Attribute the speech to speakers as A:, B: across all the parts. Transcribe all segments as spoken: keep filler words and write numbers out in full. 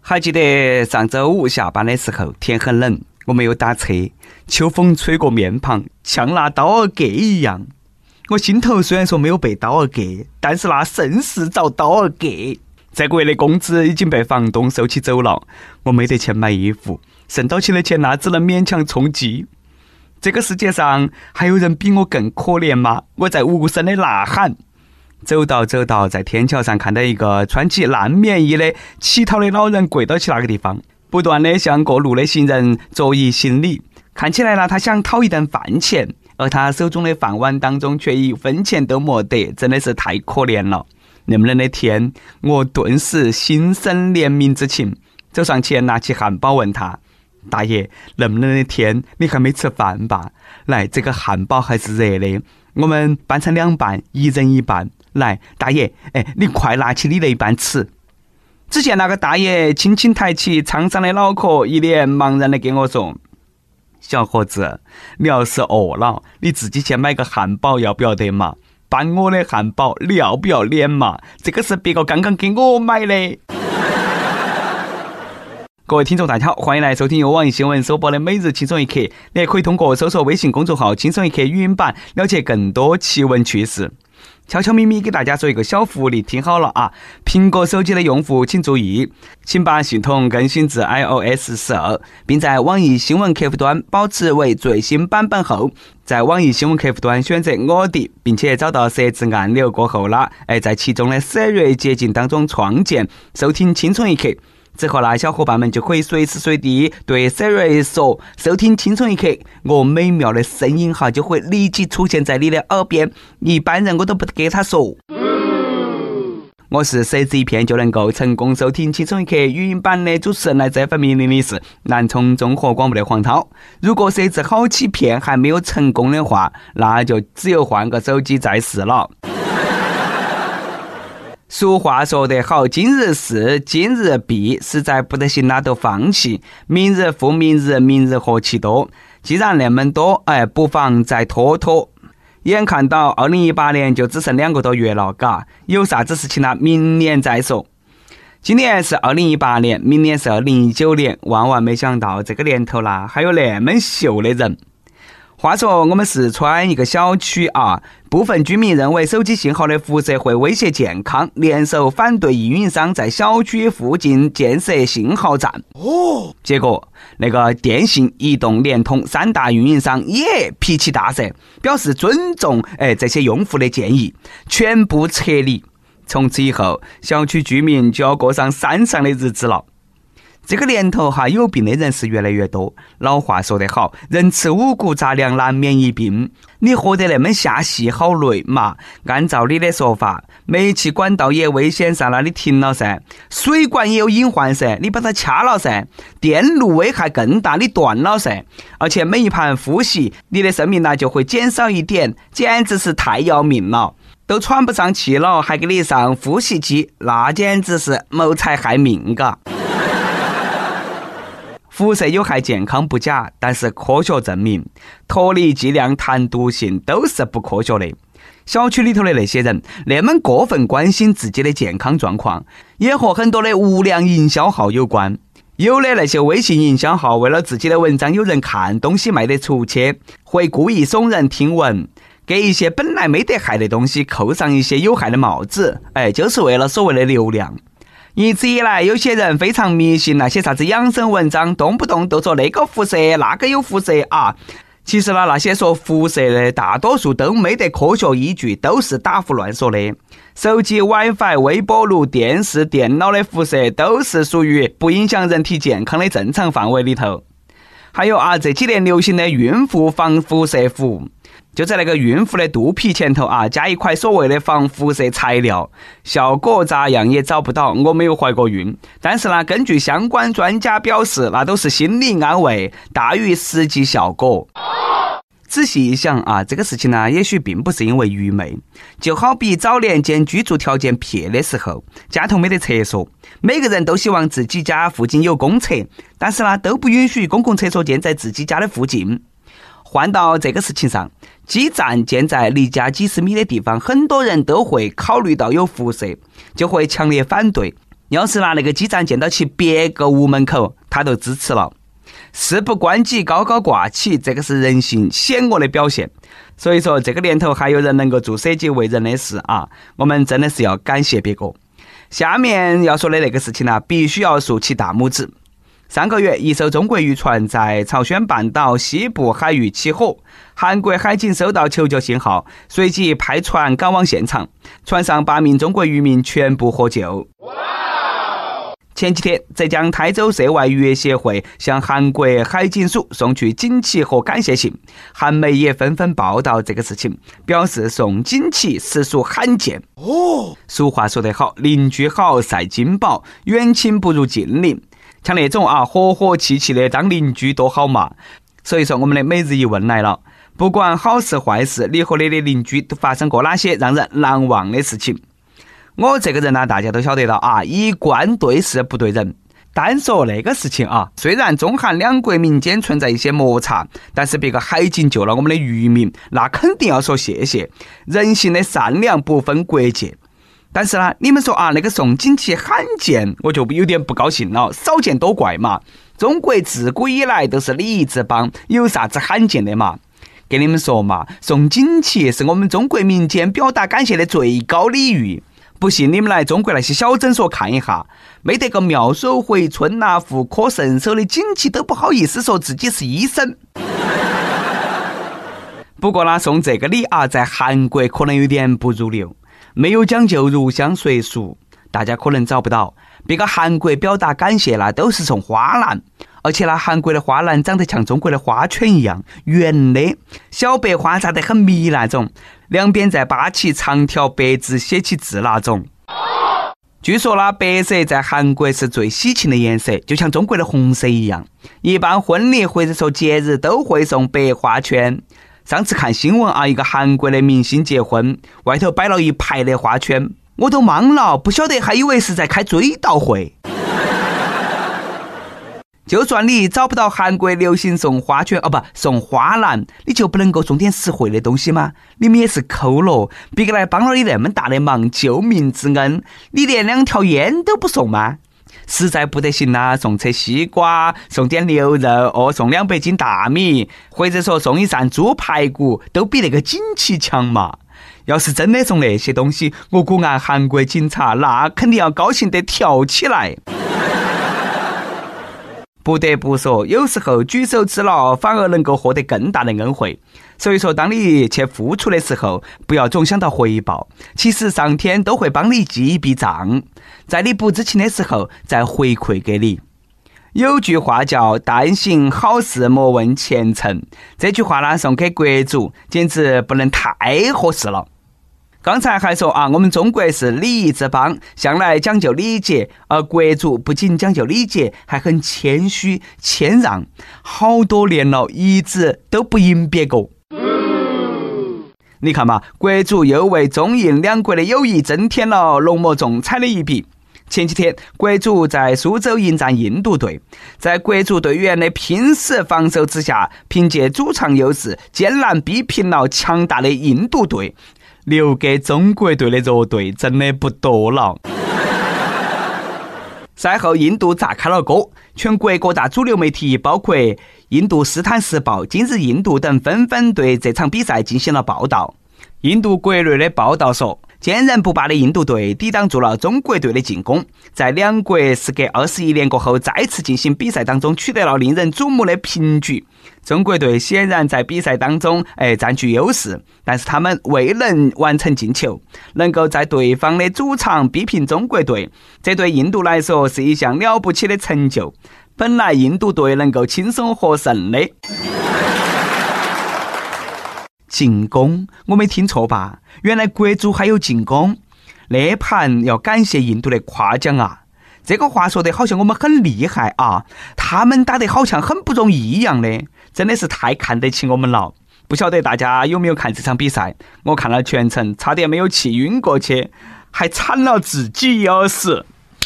A: 还记得上周五下班的时候，天很冷，我没有打车，秋风吹过面庞，像拿刀儿割一样。我心头虽然说没有被刀儿割，但是那甚是遭刀儿割。这个月的工资已经被房东收起走了，我没得钱买衣服，剩到起的钱那只能勉强充饥。这个世界上还有人比我更可怜吗？我在无声的呐喊。走到走到，在天桥上看到一个穿起烂棉衣的乞讨的老人跪到起那个地方，不断的向过路的行人作揖行礼。看起来呢，他想讨一顿饭钱，而他手中的饭碗当中却一分钱都没得，真的是太可怜了。能不能的天，我顿时心生怜悯之情，走上前拿起汉堡问他：大爷，能不能的天，你还没吃饭吧？来，这个汉堡还是热的，我们掰成两半，一人一半。来，大爷，哎，你快拿起你的一半吃。只见那个大爷轻轻抬起沧桑的脑壳，一脸茫然的跟我说：小伙子，你要是饿了，你自己先买个汉堡要不要得嘛？拌我的汉堡你要不要脸嘛？这个是别个刚刚给我买的。各位听众大家好，欢迎来收听由网易新闻首播的每日轻松一刻，你也可以通过搜索微信公众号轻松一刻语音版了解更多奇闻趣事。悄悄咪咪给大家说一个小福利，听好了啊！苹果手机的用户请注意，请把系统更新至 i O S 十二，并在网易新闻客户端保持为最新版本后，在网易新闻客户端选择我的，并且找到设置按钮过后啦，哎，在其中的 Siri 捷径当中创建收听轻松一刻。之后呢，小伙伴们就可以随时随地对 Siri 说收听轻松一刻，我美妙的声音哈就会立即出现在你的耳边，一般人我都不给他说。我是设置一片就能够成功收听轻松一刻语音版的主持人，来自 F M 一零零四南充综合广播的黄涛。如果设置好几片还没有成功的话，那就只有换个手机再试了。俗话说得好，今日事今日毕，实在不得行那都放弃，明日复明日，明日何其多。既然那么多，哎，不妨再拖拖。眼看到二零一八年就只剩两个多月了，嘎，有啥子事情呢？明年再说。今年是二零一八年，明年是二零一九年，万万没想到这个年头啦，还有那么秀的人。话说我们四川一个小区啊，部分居民认为手机信号的辐射会威胁健康，联手反对运营商在小区附近建设信号站。哦，结果那个电信、移动、联通三大运营商也脾气大噻，表示尊重哎这些用户的建议，全部撤离。从此以后，小区居民就要过上山上的日子了。这个年头哈，有病的人是越来越多。老话说得好，人吃五谷杂粮难免一病。你活得那么下细好累嘛？按照你的说法，煤气管道也危险噻，那你停了噻；水管也有隐患噻，你把它掐了噻；电路危害更大，你断了噻。而且每一盘呼吸，你的生命呢就会减少一点，简直是太要命了。都喘不上气了，还给你上呼吸机，那简直是谋财害命嘎。辐射有害健康不假，但是科学证明脱离剂量谈毒性都是不科学的。小区里头的那些人那么过分关心自己的健康状况，也和很多的无良营销号有关。有的那些微信营销号为了自己的文章有人看，东西卖得出去，会故意耸人听闻，给一些本来没得害的东西扣上一些有害的帽子，哎，就是为了所谓的流量。一直以来，有些人非常迷信那些啥子养生文章，动不动都说那个辐射那个有辐射啊。其实呢，那些说辐射的大多数都没得科学依据，都是打胡乱说的。手机 WiFi、微波炉、电视、电脑的辐射都是属于不影响人体健康的正常范围里头。还有啊，这几年流行的孕妇防辐射服，就在那个孕妇的肚皮前头啊，加一块所谓的防辐射材料，效果咋样也找不到。我没有怀过孕，但是呢，根据相关专家表示，那都是心理安慰大于实际效果。仔细一想啊，这个事情呢，也许并不是因为愚昧。就好比早年间居住条件撇的时候，家头没得厕所，每个人都希望自己家附近有公厕，但是呢，都不允许公共厕所建在自己家的附近。换到这个事情上，基站建在离家几十米的地方，很多人都会考虑到有辐射，就会强烈反对。 要是拿那个基站建到起别个屋门口，他都支持了。事不关己高高挂起，这个是人性险恶的表现。所以说这个年头还有人能够做舍己为人的事啊，我们真的是要感谢别个。下面要说的那个事情呢，必须要竖起大拇指。上个月，一艘中国渔船在朝鲜半岛西部海域起火，韩国海警收到求救信号，随即派船赶往现场，船上八名中国渔民全部获救。前几天，浙江台州涉外渔业协会向韩国海警署送去锦旗和感谢信，韩媒也纷纷报道这个事情，表示送锦旗实属罕见。哦，俗话说得好，邻居好赛金宝，远亲不如近邻。像那种啊和和气气的当邻居多好嘛。所以说我们的每日一问来了，不管好事坏事，你和你的邻居都发生过哪些让人难忘的事情？我这个人呢，大家都晓得了啊，一贯对事不对人。单说那个事情啊，虽然中韩两国民间存在一些摩擦，但是别个海警救了我们的渔民，那肯定要说谢谢。人性的善良不分国界。但是呢，你们说啊，那个送锦旗罕见，我就有点不高兴了，少见多怪嘛。中国自古以来都是礼仪之邦，有啥子罕见的嘛？给你们说嘛，送锦旗是我们中国民间表达感谢的最高礼遇。不信你们来中国那些小诊所看一下，没得个妙手回春啊、妇科神手的锦旗都不好意思说自己是医生。不过呢，送这个礼啊，在韩国可能有点不入流，没有讲究入乡随俗，大家可能找不到。别个韩国表达感谢啦，都是送花篮，而且呢，韩国的花篮长得像中国的花圈一样，圆的，小白花扎得很密那种，两边再扒起长条白纸写起字那种。据说呢，白色在韩国是最喜庆的颜色，就像中国的红色一样。一般婚礼或者说节日都会送白花圈。上次看新闻啊，一个韩国的明星结婚，外头摆了一排的花圈，我都懵了，不晓得还以为是在开追悼会。就算你找不到韩国流行送花圈哦不送花篮，你就不能够送点实惠的东西吗？你们也是抠了，别个来帮了你那么大的忙，救命之恩，你连两条烟都不送吗？实在不得行啦，送车西瓜，送点牛肉，哦，送两百斤大米，或者说送一扇猪排骨，都比那个锦旗强嘛。要是真的送那些东西，我估俺韩国警察那肯定要高兴得跳起来。不得不说，有时候举手之劳反而能够获得更大的恩惠。所以说，当你去付出的时候，不要总想到回报，其实上天都会帮你记一笔账，在你不知情的时候再回馈给你。有句话叫但行好事莫问前程，这句话呢送给国足，简直不能太合适了。刚才还说啊，我们中国是礼仪之邦，向来讲究礼节，而国足不仅讲究礼节，还很谦虚谦让，好多年了一直都不赢别个。你看嘛，国足又为中印两国的友谊增添了浓墨重彩的一笔。前几天，国足在苏州迎战印度队，在国足队员的拼死防守之下，凭借主场优势，艰难逼平了强大的印度队。留给中国队的弱队真的不多了。赛后，印度炸开了锅，全国各大主流媒体，包括印度斯坦时报、今日印度等，纷纷对这场比赛进行了报道。印度国内的报道说，坚韧不拔的印度队抵挡住了中国队的进攻，在两国时隔二十一年过后再次进行比赛当中取得了令人瞩目的平局。中国队显然在比赛当中哎占据优势，但是他们未能完成进球，能够在对方的主场逼平中国队，这对印度来说是一项了不起的成就。本来印度队能够轻松获胜的。进攻，我没听错吧？原来国足还有进攻，那盘要感谢印度的夸奖啊！这个话说得好像我们很厉害啊，他们打得好像很不容易一样的，真的是太看得起我们了。不晓得大家有没有看这场比赛？我看了全程，差点没有气晕过去，还惨了自己要死。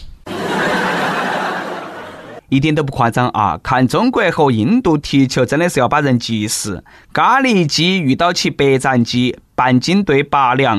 A: 一点都不夸张啊！看中国和印度踢球真的是要把人急死。咖喱鸡遇到起白斩鸡，半斤对八两，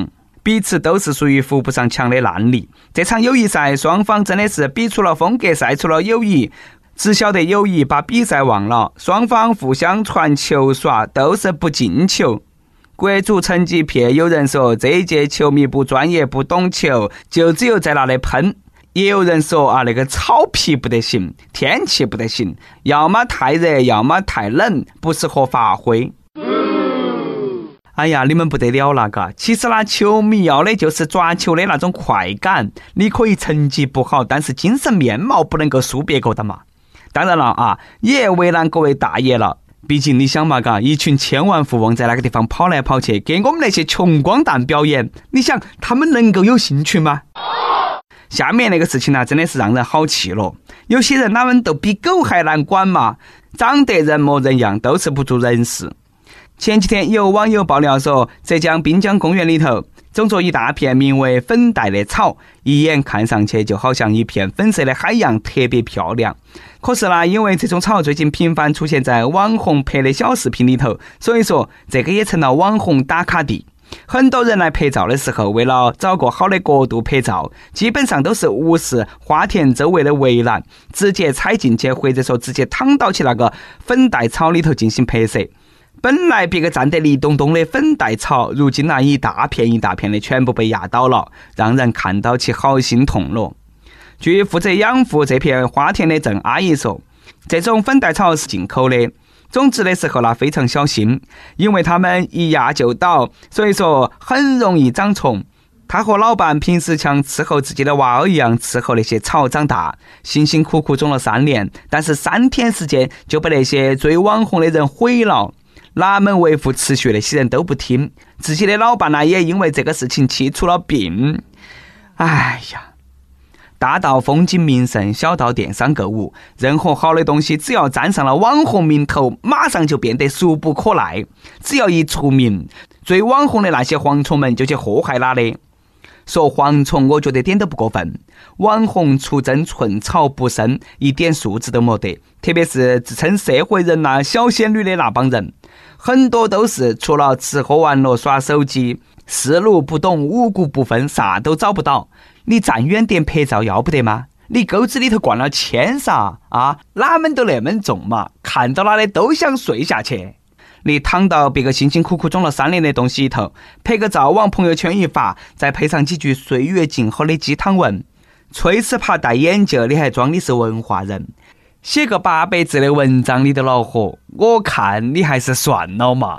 A: 彼此都是属于扶不上墙的烂泥。这场友谊赛，双方真的是比出了风格，赛出了友谊。只晓得友谊，把比赛忘了。双方互相传球耍，都是不进球。国足成绩撇，有人说这一届球迷不专业，不懂球，就只有在那里喷。也有人说啊，那个草皮不得行，天气不得行，要么太热，要么太冷，不适合发挥。哎呀，你们不得了了嘎！其实呢，球迷要的就是抓球的那种快感。你可以成绩不好，但是精神面貌不能够输别个的嘛。当然了啊，也为难各位大爷了。毕竟你想嘛嘎，一群千万富翁在那个地方跑来跑去，给我们那些穷光蛋表演，你想他们能够有兴趣吗？下面那个事情呢，真的是让人好气了。有些人他们都比狗还难管嘛，长得人模人样，都是不做人事。前几天有网友爆料说，浙江滨江公园里头种着一大片名为粉黛的草，一眼看上去就好像一片粉色的海洋，特别漂亮。可是呢，因为这种草最近频繁出现在网红拍的小视频里头，所以说这个也成了网红打卡地。很多人来拍照的时候，为了找个好的角度拍照，基本上都是无视花田周围的围栏，直接踩进去，或者说直接躺到起那个粉黛草里头进行拍摄。本来别个站得立咚咚的粉黛草，如今那一大片一大片的全部被压倒了，让人看到起好心痛了。据负责养护这片花田的郑阿姨说，这种粉黛草是进口的，种植的时候呢非常小心，因为它们一压就倒，所以说很容易长虫。他和老伴平时像伺候自己的娃儿一样伺候那些草长大，辛辛苦苦种了三年，但是三天时间就被那些追网红的人毁了。哪门为父持续那些人都不听，自己的老伴呢也因为这个事情气出了病。哎呀，大到风景名胜，小到电商购物，任何好的东西只要沾上了网红名头，马上就变得俗不可耐。只要一出名，追网红的那些蝗虫们就去祸害他的。说蝗虫我觉得点都不过分，网红出征寸草不生，一点素质都没得，特别是自称社会人呐、小仙女的那帮人，很多都是除了吃喝玩乐耍手机，四路不懂五谷不分，啥都找不到。你站远点拍照要不得吗？你沟子里头灌了铅啥啊？哪门都那么重嘛，看到哪里都想睡下去。你躺到别个辛辛苦苦种了三年的东西里头，拍个照往朋友圈一发，再配上几句岁月静好的鸡汤文，吹死怕戴眼镜你还装你是文化人，写个八百字的文章你都恼火，我看你还是算了嘛。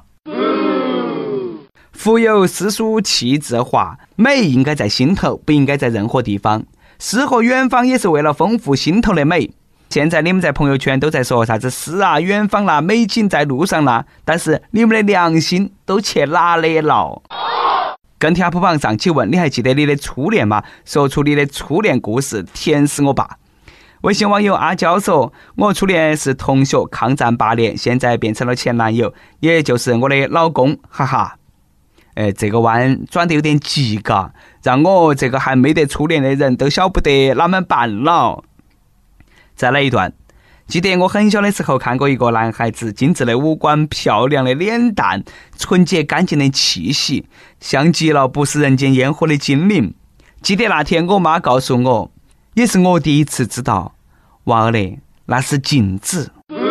A: 腹有诗书气自华，美应该在心头，不应该在任何地方。诗和远方也是为了丰富心头的美。现在你们在朋友圈都在说啥子诗啊、远方啦、美景在路上啦，但是你们的良心都去哪里了？跟帖 U P 榜上期问，你还记得你的初恋吗？说出你的初恋故事，甜死我吧。微信网友阿娇说，我初恋是同学，抗战八年，现在变成了前男友，也就是我的老公，哈哈。哎，这个弯转得有点急嘎，让我这个还没得初恋的人都晓不得哪么办了。再来一段，记得我很小的时候看过一个男孩子，精致的五官，漂亮的脸蛋，纯洁干净的气息，像极了不食人间烟火的精灵。记得那天我妈告诉我，也是我第一次知道，娃儿嘞，那是镜子。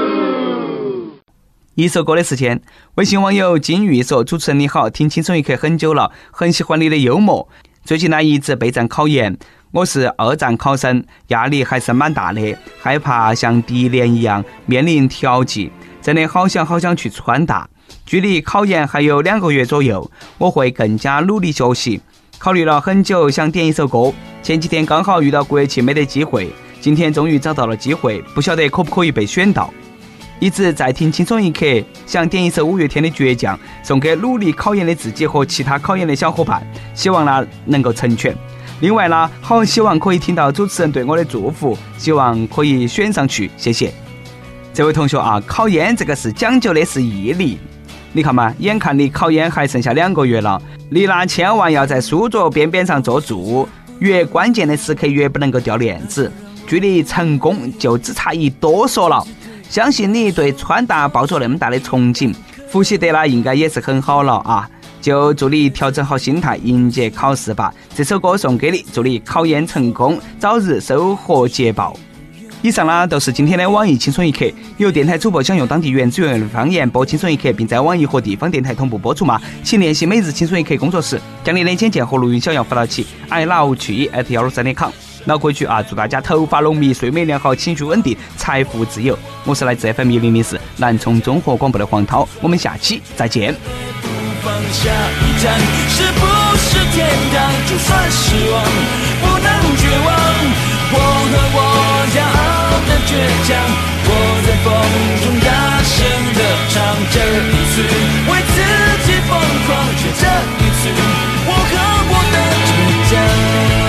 A: 一首歌的时间，微信网友金玉说，主持人你好，听轻松一刻很久了，很喜欢你的幽默，最近呢一直备战考研，我是二战考生，压力还是蛮大的，害怕像第一年一样面临调剂，真的好想好想去川大。距离考研还有两个月左右，我会更加努力学习。考虑了很久，想点一首歌，前几天刚好遇到国庆没得机会，今天终于找到了机会，不晓得可不可以被选到。一直在听轻松一刻，想点一首五月天的倔强，送给努力考研的自己和其他考研的小伙伴，希望呢能够成全。另外呢，好希望可以听到主持人对我的祝福，希望可以选上去，谢谢。这位同学啊，考研这个是讲究的是毅力，你看嘛，眼看离考研还剩下两个月了，你那千万要在书桌边边上坐住，越关键的时刻越不能够掉链子，距离成功就只差一哆嗦了。相信你对川大抱着那么大的憧憬，复习得了应该也是很好了啊！ 就祝你调整好心态，迎接考试吧。这首歌送给你，祝你考研成功，早日收获捷报。以上呢都是今天的网易轻松一刻，由电台主播想用当地原汁原味的方言播轻松一刻，并在网易和地方电台同步播出吗？请联系每日轻松一刻工作室，将你的简介和录音小样发到其 i love 去 at 一六三点 com。脑壳区啊，祝大家头发浓密，睡眠良好，情绪稳定，财富自由。我是来自 F M 一零零四南充综合广播的黄涛，我们下期再见。
B: 放下一站，是不是天堂？就算失望，不能绝望。我和我骄傲的倔强，我在风中大声地唱。这一次为自己疯狂，却这一次我和我的倔强。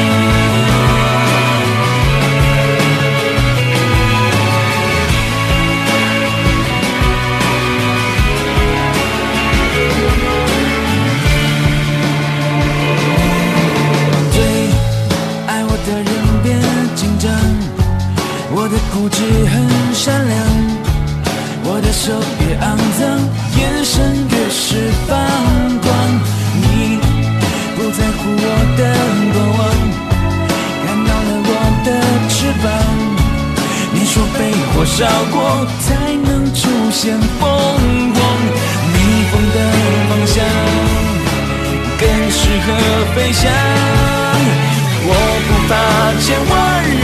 B: 固执很善良，我的手越肮脏，眼神越是放光。你不在乎我的过往，看到了我的翅膀。你说被火烧过才能出现凤凰，逆风的方向更适合飞翔。我不怕千万人